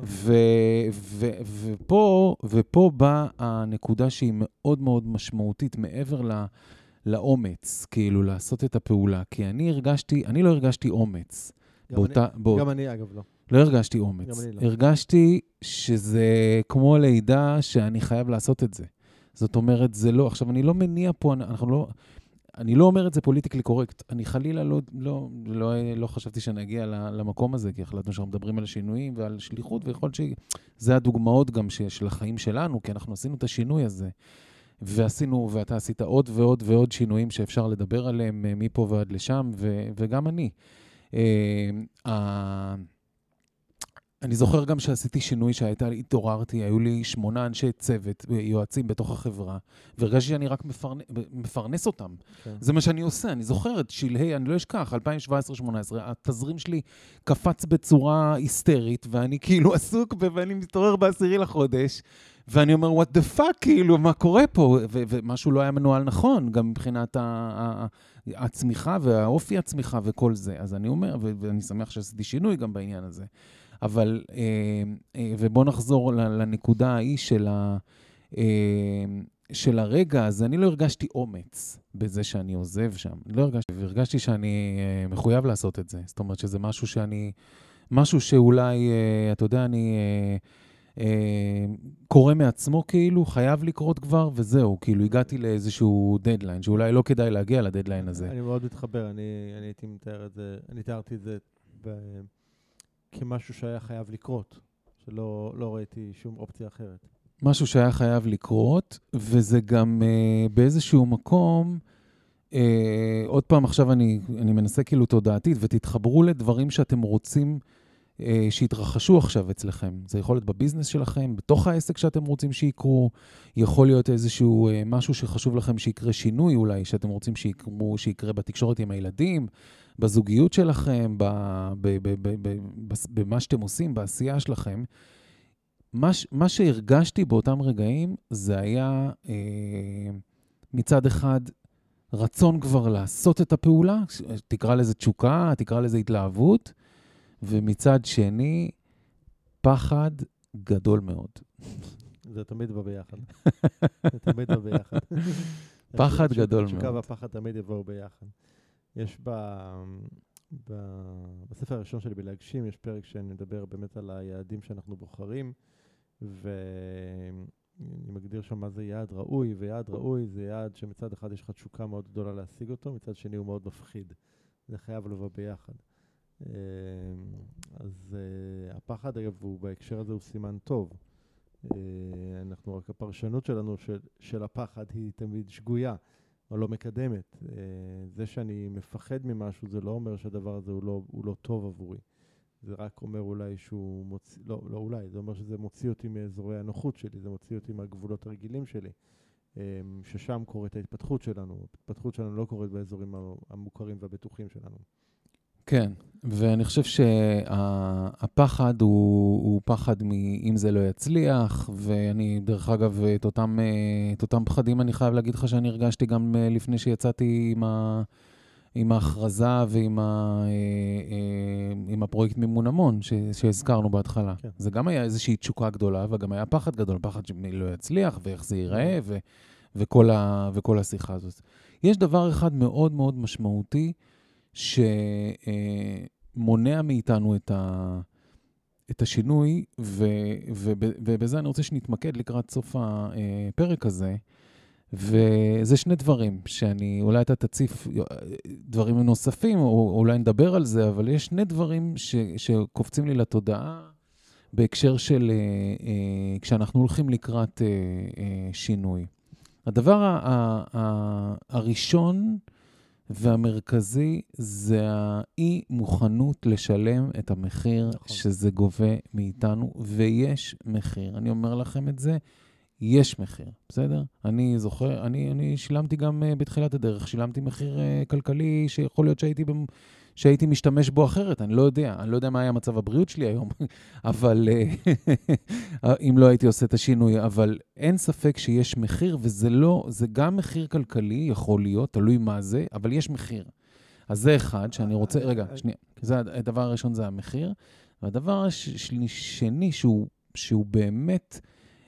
ופה, ופה באה הנקודה שהיא מאוד מאוד משמעותית מעבר לאומץ, כאילו לעשות את הפעולה. כי אני הרגשתי, אני לא הרגשתי אומץ. גם אני אגב לא. לא הרגשתי אומץ. לא. הרגשתי שזה כמו לידה שאני חייב לעשות את זה. זאת אומרת, זה לא, עכשיו אני לא מניע פה, אנחנו לא, אני לא אומר את זה פוליטיקלי קורקט. אני חלילה לא, לא, לא, לא חשבתי שנגיע למקום הזה, כי החלטנו שאנחנו מדברים על שינויים ועל שליחות, ויכול להיות שזה הדוגמאות גם של החיים שלנו, כי אנחנו עשינו את השינוי הזה. ועשינו, ואתה עשית עוד ועוד ועוד שינויים שאפשר לדבר עליהם מפה ועד לשם, ו, וגם אני. אני זוכר גם שעשיתי שינוי שהייתה לי, התעוררתי, היו לי שמונה אנשי צוות, יועצים בתוך החברה, והרגשתי שאני רק מפרנס, מפרנס אותם. Okay. זה מה שאני עושה, אני זוכרת, שלהי, אני לא אשכח, אלפיים שבע עשרה שמונה עשרה, התזרים שלי קפץ בצורה היסטרית, ואני כאילו עסוק, ואני מתעורר בעשירי לחודש, ואני אומר, what the fuck, כאילו, מה קורה פה? ו- ומשהו לא היה מנוהל נכון, גם מבחינת ה- הצמיחה והאופי הצמיחה וכל זה. אז אני אומר, ו- ואני שמח שעשיתי שינוי גם בעניין הזה. אבל, ובוא נחזור לנקודה ההיא של, ה, של הרגע, אז אני לא הרגשתי אומץ בזה שאני עוזב שם. לא הרגשתי, והרגשתי שאני מחויב לעשות את זה. זאת אומרת שזה משהו שאני, משהו שאולי, אתה יודע, אני קורא מעצמו כאילו, חייב לקרות כבר, וזהו, כאילו הגעתי לאיזשהו דדליין, שאולי לא כדאי להגיע לדדליין הזה. אני מאוד מתחבר, אני, אני הייתי מתאר את זה, אני תיארתי את זה ב... כמשהו שהיה חייב לקרות, שלא לא ראיתי שום אופציה אחרת. משהו שהיה חייב לקרות, וזה גם אה, באיזשהו מקום, אה, עוד פעם עכשיו אני, אני מנסה כאילו תודעתית, ותתחברו לדברים שאתם רוצים אה, שיתרחשו עכשיו אצלכם. זה יכול להיות בביזנס שלכם, בתוך העסק שאתם רוצים שיקרו, יכול להיות איזשהו אה, משהו שחשוב לכם שיקרה שינוי אולי, שאתם רוצים שיקרו, שיקרה בתקשורת עם הילדים, בזוגיות שלכם, במה שאתם עושים, בעשייה שלכם. מה, מה שהרגשתי באותם רגעים, זה היה אה, מצד אחד רצון כבר לעשות את הפעולה, תקרא לזה תשוקה, תקרא לזה התלהבות, ומצד שני, פחד גדול מאוד. זה תמיד בא ביחד. זה תמיד בא ביחד. פחד גדול מאוד. תשוקה והפחד תמיד יבואו ביחד. יש ב... ב... בספר הראשון שלי בלהגשים, יש פרק שנדבר באמת על היעדים שאנחנו בוחרים, ואני מגדיר שם מה זה יעד ראוי, ויעד ראוי זה יעד שמצד אחד יש לך תשוקה מאוד גדולה להשיג אותו, מצד שני הוא מאוד מפחיד. זה חייב לבוא ביחד. אז הפחד, אגב, הוא בהקשר הזה הוא סימן טוב. אנחנו רק הפרשנות שלנו של, של הפחד היא תמיד שגויה, או לא מקדמת. זה שאני מפחד ממשהו, זה לא אומר שהדבר הזה הוא לא, הוא לא טוב עבורי. זה רק אומר אולי שהוא מוציא, לא, לא אולי, זה אומר שזה מוציא אותי מאזורי הנוחות שלי, זה מוציא אותי מהגבולות הרגילים שלי, ששם קורית ההתפתחות שלנו. ההתפתחות שלנו לא קורית באזורים המוכרים והבטוחים שלנו. כן, ואני חושב שהפחד הוא, הוא פחד מאם זה לא יצליח, ואני דרך אגב, את אותם, את אותם פחדים אני חייב להגיד לך שאני הרגשתי גם לפני שיצאתי עם ה... עם ההכרזה ועם ה, עם הפרויקט מימון המון שהזכרנו בהתחלה. כן. זה גם היה איזושהי תשוקה גדולה, וגם היה פחד גדול, פחד שלא יצליח, ואיך זה ייראה, ו, וכל, ה, וכל השיחה הזאת. יש דבר אחד מאוד מאוד משמעותי, שמונע מאיתנו את, ה, את השינוי, ו, ובזה אני רוצה שנתמקד לקראת סוף הפרק הזה, וזה שני דברים, שאני, אולי אתה תציף דברים נוספים, או אולי נדבר על זה, אבל יש שני דברים ש, שקופצים לי לתודעה, בהקשר של, אה, אה, כשאנחנו הולכים לקראת אה, אה, שינוי. הדבר ה, ה, ה, הראשון והמרכזי, זה האי מוכנות לשלם את המחיר נכון. שזה גובה מאיתנו, ויש מחיר. אני אומר לכם את זה, יש מחיר, בסדר? אני זוכר, אני, אני שילמתי גם uh, בתחילת הדרך, שילמתי מחיר uh, כלכלי שיכול להיות שהייתי, במ... שהייתי משתמש בו אחרת, אני לא יודע, אני לא יודע מה היה מצב הבריאות שלי היום, אבל uh, אם לא הייתי עושה את השינוי, אבל אין ספק שיש מחיר, וזה לא, זה גם מחיר כלכלי, יכול להיות, תלוי מה זה, אבל יש מחיר. אז זה אחד שאני רוצה, רגע, שנייה, זה, הדבר הראשון זה המחיר, והדבר השני שהוא, שהוא באמת,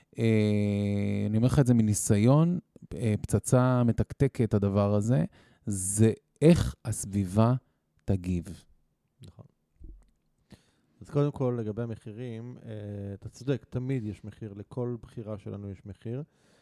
אני אומר לך את זה מניסיון, פצצה מתקתקת הדבר הזה, זה איך הסביבה תגיב. נכון. אז קודם כל, לגבי המחירים, אתה צודק, תמיד יש מחיר, לכל בחירה שלנו יש מחיר.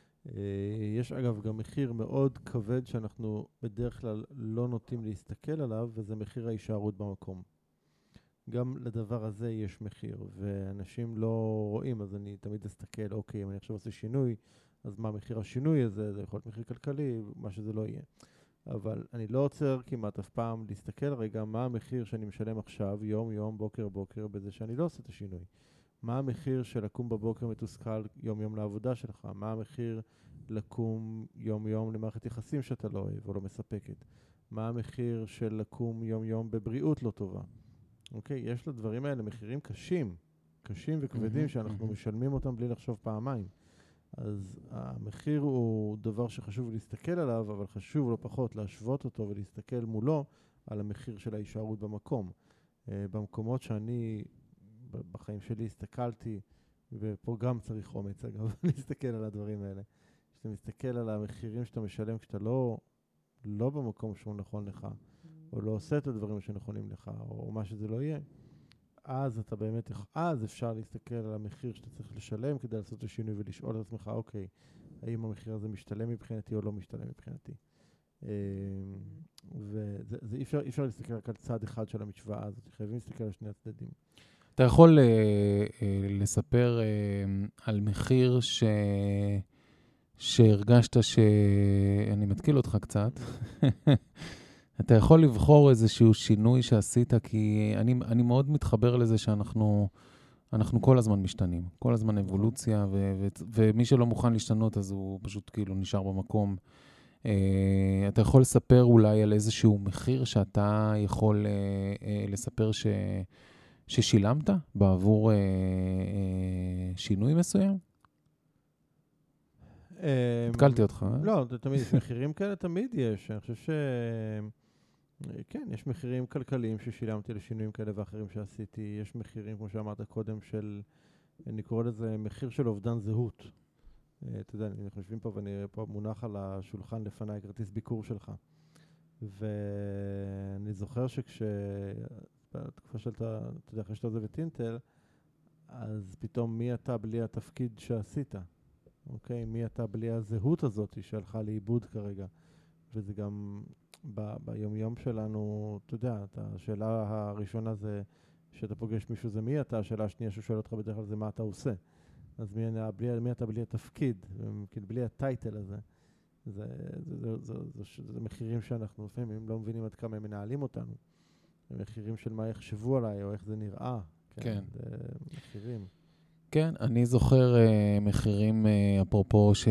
יש אגב גם מחיר מאוד כבד שאנחנו בדרך כלל לא נוטים להסתכל עליו, וזה מחיר ההישארות במקום. גם לדבר הזה יש מחיר, ואנשים לא רואים, אז אני תמיד אסתכל, אוקיי, אם אני עכשיו עושה שינוי, אז מה מחיר השינוי הזה? זה יכול להיות מחיר כלכלי, מה שזה לא יהיה. אבל אני לא עוצר כמעט אף פעם להסתכל רגע מה המחיר שאני משלם עכשיו, יום יום, בוקר בוקר, בזה שאני לא עושה את השינוי. מה המחיר של לקום בבוקר מתוסכל יום יום לעבודה שלך? מה המחיר לקום יום יום למערכת יחסים שאתה לא אוהב או לא מספקת? מה המחיר של לקום יום יום בבריאות לא טובה? אוקיי, יש לדברים האלה מחירים קשים, קשים וכבדים שאנחנו משלמים אותם בלי לחשוב פעמיים. אז המחיר הוא דבר שחשוב להסתכל עליו, אבל חשוב לא פחות להשוות אותו ולהסתכל מולו על המחיר של ההישארות במקום. במקומות שאני בחיים שלי הסתכלתי, ופה גם צריך אומץ אגב, להסתכל על הדברים האלה. כשאתה מסתכל על המחירים שאתה משלם כשאתה לא, לא במקום שהוא נכון לך, או לא עושה את הדברים שנכונים לך, או מה שזה לא יהיה, אז אתה באמת, אז אפשר להסתכל על המחיר שאתה צריך לשלם כדי לעשות את השינוי ולשאול את עצמך, אוקיי, האם המחיר הזה משתלם מבחינתי או לא משתלם מבחינתי. וזה אי אפשר, אי אפשר להסתכל רק על צד אחד של המשוואה הזאת, חייבים להסתכל על שני הצדדים. אתה יכול לספר על מחיר ש... שהרגשת שאני מתקיל אותך קצת. אתה יכול לבחור איזשהו שינוי שעשית, כי אני, אני מאוד מתחבר לזה שאנחנו אנחנו כל הזמן משתנים, כל הזמן אבולוציה, ו, ו, ומי שלא מוכן להשתנות, אז הוא פשוט כאילו נשאר במקום. אתה יכול לספר אולי על איזשהו מחיר שאתה יכול לספר ש, ששילמת בעבור שינוי מסוים? התקלתי אותך. לא, תמיד יש מחירים כאלה, תמיד יש. אני חושב ש... כן, יש מחירים כלכליים ששילמתי לשינויים כאלה ואחרים שעשיתי. יש מחירים, כמו שאמרת קודם, של... אני קורא לזה מחיר של אובדן זהות. אתה יודע, אנחנו יושבים פה ואני פה מונח על השולחן לפניי כרטיס ביקור שלך. ואני זוכר שכש... בתקופה שאתה, אתה יודע, אחרי שאתה עוזב את אינטל, אז פתאום מי אתה בלי התפקיד שעשית? אוקיי? מי אתה בלי הזהות הזאת שהלכה לאיבוד כרגע? וזה גם, ב- ביומיום שלנו, אתה יודע, את השאלה הראשונה זה שאתה פוגש מישהו זה מי אתה, השאלה השנייה שהוא שואל אותך בדרך כלל זה מה אתה עושה. אז מי, בלי, מי אתה בלי התפקיד, כאילו בלי הטייטל הזה. זה, זה, זה, זה, זה, זה, זה מחירים שאנחנו לפעמים לא מבינים עד כמה הם מנהלים אותנו. זה מחירים של מה יחשבו עליי או איך זה נראה. כן. כן. זה מחירים. כן, אני זוכר uh, מחירים, uh, אפרופו ש...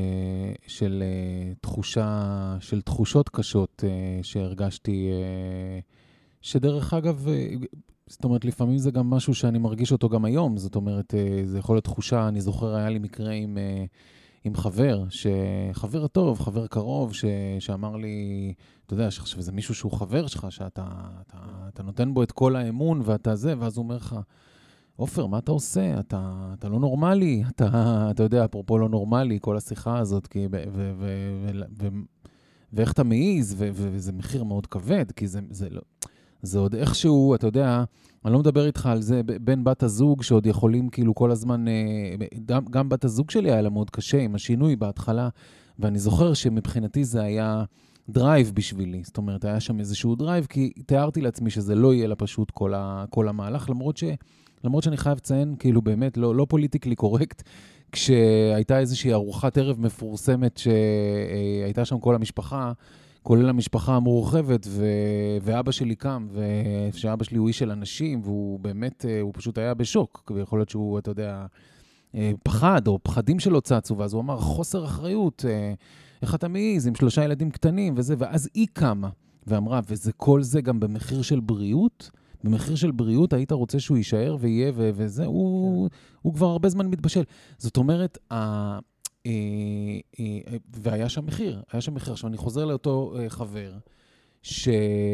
של uh, תחושה, של תחושות קשות uh, שהרגשתי, uh, שדרך אגב, uh, זאת אומרת, לפעמים זה גם משהו שאני מרגיש אותו גם היום, זאת אומרת, uh, זה יכול להיות תחושה, אני זוכר, היה לי מקרה עם, uh, עם חבר, שחבר טוב, חבר קרוב, ש... שאמר לי, אתה יודע, שעכשיו זה מישהו שהוא חבר שלך, שאתה אתה, אתה נותן בו את כל האמון ואתה זה, ואז הוא אומר לך, עופר, מה אתה עושה? אתה, אתה לא נורמלי, אתה, אתה יודע, אפרופו לא נורמלי, כל השיחה הזאת, כי, ו, ו, ו, ו, ו, ואיך אתה מעיז, ו, ו, וזה מחיר מאוד כבד, כי זה, זה, לא, זה עוד איכשהו, אתה יודע, אני לא מדבר איתך על זה, בין בת הזוג שעוד יכולים כאילו כל הזמן, גם, גם בת הזוג שלי היה לה מאוד קשה עם השינוי בהתחלה, ואני זוכר שמבחינתי זה היה דרייב בשבילי, זאת אומרת, היה שם איזשהו דרייב, כי תיארתי לעצמי שזה לא יהיה לה פשוט כל, ה, כל המהלך, למרות ש... למרות שאני חייב לציין, כאילו באמת, לא, לא פוליטיקלי קורקט, כשהייתה איזושהי ארוחת ערב מפורסמת שהייתה שם כל המשפחה, כולל המשפחה המורחבת, ו... ואבא שלי קם, ושאבא שלי הוא איש של אנשים, והוא באמת, הוא פשוט היה בשוק, ויכול להיות שהוא, אתה יודע, פחד, או פחדים שלו צצו, ואז הוא אמר, חוסר אחריות, איך אתה מעיז, עם שלושה ילדים קטנים וזה, ואז היא קמה, ואמרה, וזה כל זה גם במחיר של בריאות, במחיר של בריאות, היית רוצה שהוא יישאר ויהיה ו- וזה, הוא, הוא כבר הרבה זמן מתבשל. זאת אומרת, ה- אה, אה, והיה שם מחיר, היה שם מחיר. עכשיו, אני חוזר לאותו אה, חבר, ש-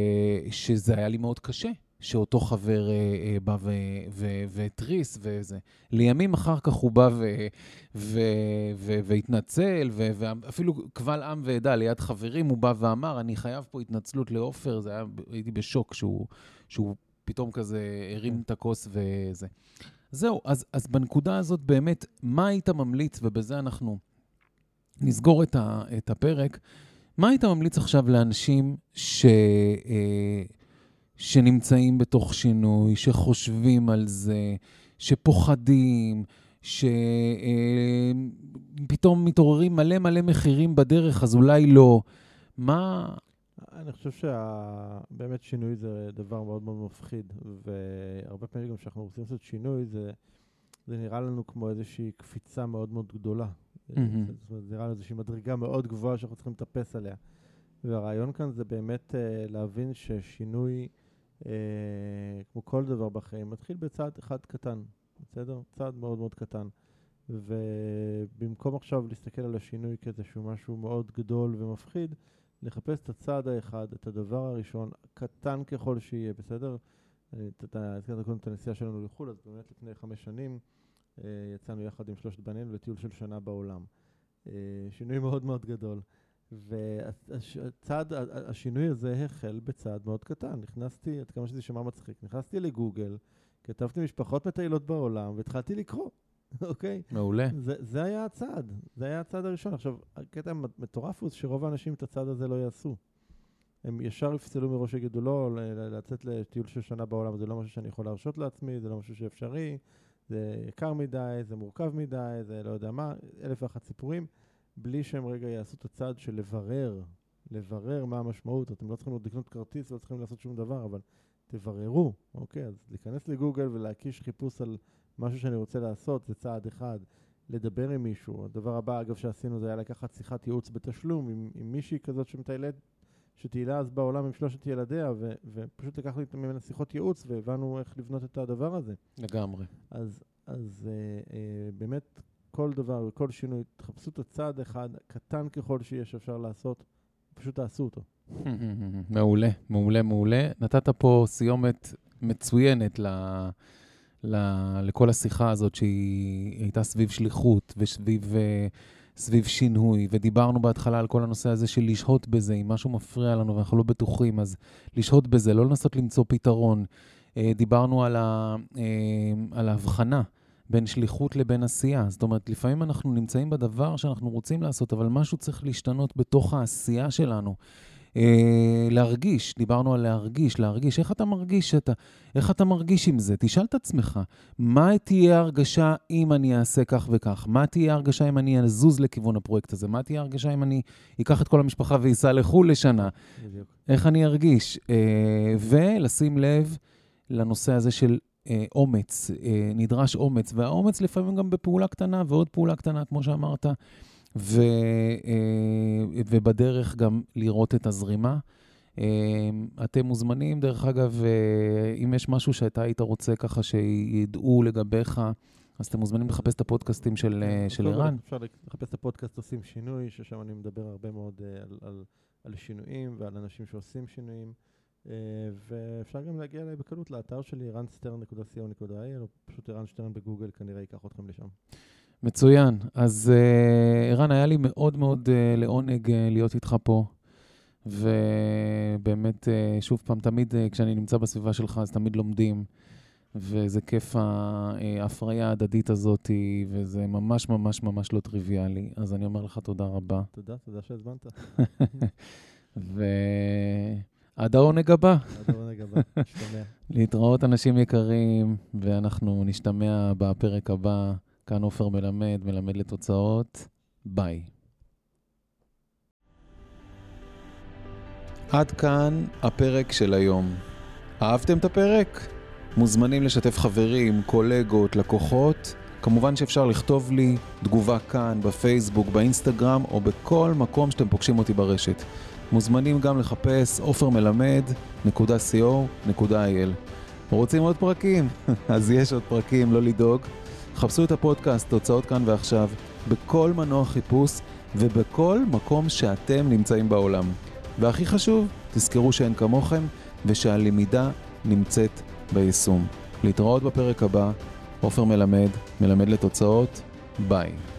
שזה היה לי מאוד קשה, שאותו חבר אה, אה, בא ו- ו- והטריס וזה. לימים אחר כך הוא בא ו- ו- ו- והתנצל, ו- ואפילו קבל עם ועדה ליד חברים, הוא בא ואמר, אני חייב פה התנצלות לעופר, זה היה, הייתי בשוק שהוא, שהוא פתאום כזה הרים את הכוס וזה. זהו, אז, אז בנקודה הזאת באמת, מה היית ממליץ, ובזה אנחנו נסגור את, ה, את הפרק, מה היית ממליץ עכשיו לאנשים ש, אה, שנמצאים בתוך שינוי, שחושבים על זה, שפוחדים, שפתאום מתעוררים מלא מלא מחירים בדרך, אז אולי לא. מה... אני חושב שבאמת שינוי זה דבר מאוד מאוד מפחיד, והרבה פעמים גם כשאנחנו רוצים לעשות שינוי, זה, זה נראה לנו כמו איזושהי קפיצה מאוד מאוד גדולה. Mm-hmm. זה, זה נראה לנו איזושהי מדרגה מאוד גבוהה שאנחנו צריכים לטפס עליה. והרעיון כאן זה באמת uh, להבין ששינוי, uh, כמו כל דבר בחיים, מתחיל בצעד אחד קטן, בסדר? צעד מאוד מאוד קטן. ובמקום עכשיו להסתכל על השינוי כאיזשהו משהו מאוד גדול ומפחיד, לחפש את הצעד האחד, את הדבר הראשון, קטן ככל שיהיה, בסדר? אתה הזכרת קודם את הנסיעה שלנו לחו"ל, אז באמת לפני חמש שנים יצאנו יחד עם שלושת בנינו לטיול של שנה בעולם. שינוי מאוד מאוד גדול. והצעד, השינוי הזה החל בצעד מאוד קטן. נכנסתי, עד כמה שזה שמע מצחיק, נכנסתי לגוגל, כתבתי משפחות מטיילות בעולם, והתחלתי לקרוא. אוקיי? מעולה. זה, זה היה הצעד. זה היה הצעד הראשון. עכשיו, הקטע מטורף הוא שרוב האנשים את הצעד הזה לא יעשו. הם ישר יפסלו מראש יגידו לא, לצאת לטיול של שנה בעולם, זה לא משהו שאני יכול להרשות לעצמי, זה לא משהו שאפשרי, זה יקר מדי, זה מורכב מדי, זה לא יודע מה, אלף ואחת סיפורים, בלי שהם רגע יעשו את הצעד של לברר, לברר מה המשמעות. אתם לא צריכים עוד לקנות כרטיס, לא צריכים לעשות שום דבר, אבל תבררו, אוקיי? אז להיכנס לגוגל ולהקיש חיפוש על משהו שאני רוצה לעשות, זה צעד אחד, לדבר עם מישהו. הדבר הבא, אגב, שעשינו, זה היה לקחת שיחת ייעוץ בתשלום עם, עם מישהי כזאת שמטיילת, שתהילה אז בעולם עם שלושת ילדיה, ו, ופשוט לקחנו ממנה שיחות ייעוץ, והבנו איך לבנות את הדבר הזה. לגמרי. אז, אז אה, אה, באמת, כל דבר, כל שינוי, תחפשו את הצעד אחד, קטן ככל שיש אפשר לעשות, פשוט תעשו אותו. מעולה, מעולה, מעולה. נתת פה סיומת מצוינת ל... לכל השיחה הזאת שהיא הייתה סביב שליחות וסביב סביב שינוי, ודיברנו בהתחלה על כל הנושא הזה של לשהות בזה, אם משהו מפריע לנו ואנחנו לא בטוחים, אז לשהות בזה, לא לנסות למצוא פתרון. דיברנו על, ה, על ההבחנה בין שליחות לבין עשייה. זאת אומרת, לפעמים אנחנו נמצאים בדבר שאנחנו רוצים לעשות, אבל משהו צריך להשתנות בתוך העשייה שלנו. אה, להרגיש, דיברנו על להרגיש, להרגיש, איך אתה מרגיש שאתה, איך אתה מרגיש עם זה? תשאל את עצמך, מה תהיה הרגשה אם אני אעשה כך וכך? מה תהיה הרגשה אם אני אזוז לכיוון הפרויקט הזה? מה תהיה הרגשה אם אני אקח את כל המשפחה ויסע לחו"ל לשנה? בדיוק. איך אני ארגיש? אה, ולשים לב לנושא הזה של אה, אומץ, אה, נדרש אומץ, והאומץ לפעמים גם בפעולה קטנה ועוד פעולה קטנה, כמו שאמרת, ו, אה, ובדרך גם לראות את הזרימה. אה, אתם מוזמנים, דרך אגב, אה, אם יש משהו שאתה היית רוצה ככה שידעו לגביך, אז אתם מוזמנים לחפש את הפודקאסטים של, אה, של ערן. אפשר לחפש את הפודקאסט עושים שינוי, ששם אני מדבר הרבה מאוד אה, על, על, על שינויים ועל אנשים שעושים שינויים. Uh, ואפשר גם להגיע אליי בקלות לאתר שלי, ערן סטרן נקודה סי או נקודה איי אל, או פשוט ערן סטרן בגוגל, כנראה ייקח אתכם לשם. מצוין. אז uh, ערן, היה לי מאוד מאוד uh, לעונג uh, להיות איתך פה, ובאמת, uh, שוב פעם, תמיד uh, כשאני נמצא בסביבה שלך, אז תמיד לומדים, וזה כיף ההפריה ההדדית הזאת, וזה ממש ממש ממש לא טריוויאלי. אז אני אומר לך תודה רבה. תודה, תודה שהזמנת. ו... עד העונג הבא. עד העונג הבא, נשתמע. להתראות אנשים יקרים, ואנחנו נשתמע בפרק הבא. כאן עופר מלמד, מלמד לתוצאות. ביי. עד כאן הפרק של היום. אהבתם את הפרק? מוזמנים לשתף חברים, קולגות, לקוחות. כמובן שאפשר לכתוב לי תגובה כאן, בפייסבוק, באינסטגרם, או בכל מקום שאתם פוגשים אותי ברשת. מוזמנים גם לחפש עופר מלמד נקודה סי או נקודה איי אל. רוצים עוד פרקים? אז יש עוד פרקים, לא לדאוג. חפשו את הפודקאסט, תוצאות כאן ועכשיו, בכל מנוע חיפוש ובכל מקום שאתם נמצאים בעולם. והכי חשוב, תזכרו שאין כמוכם ושהלמידה נמצאת ביישום. להתראות בפרק הבא, עופר מלמד, מלמד לתוצאות, ביי.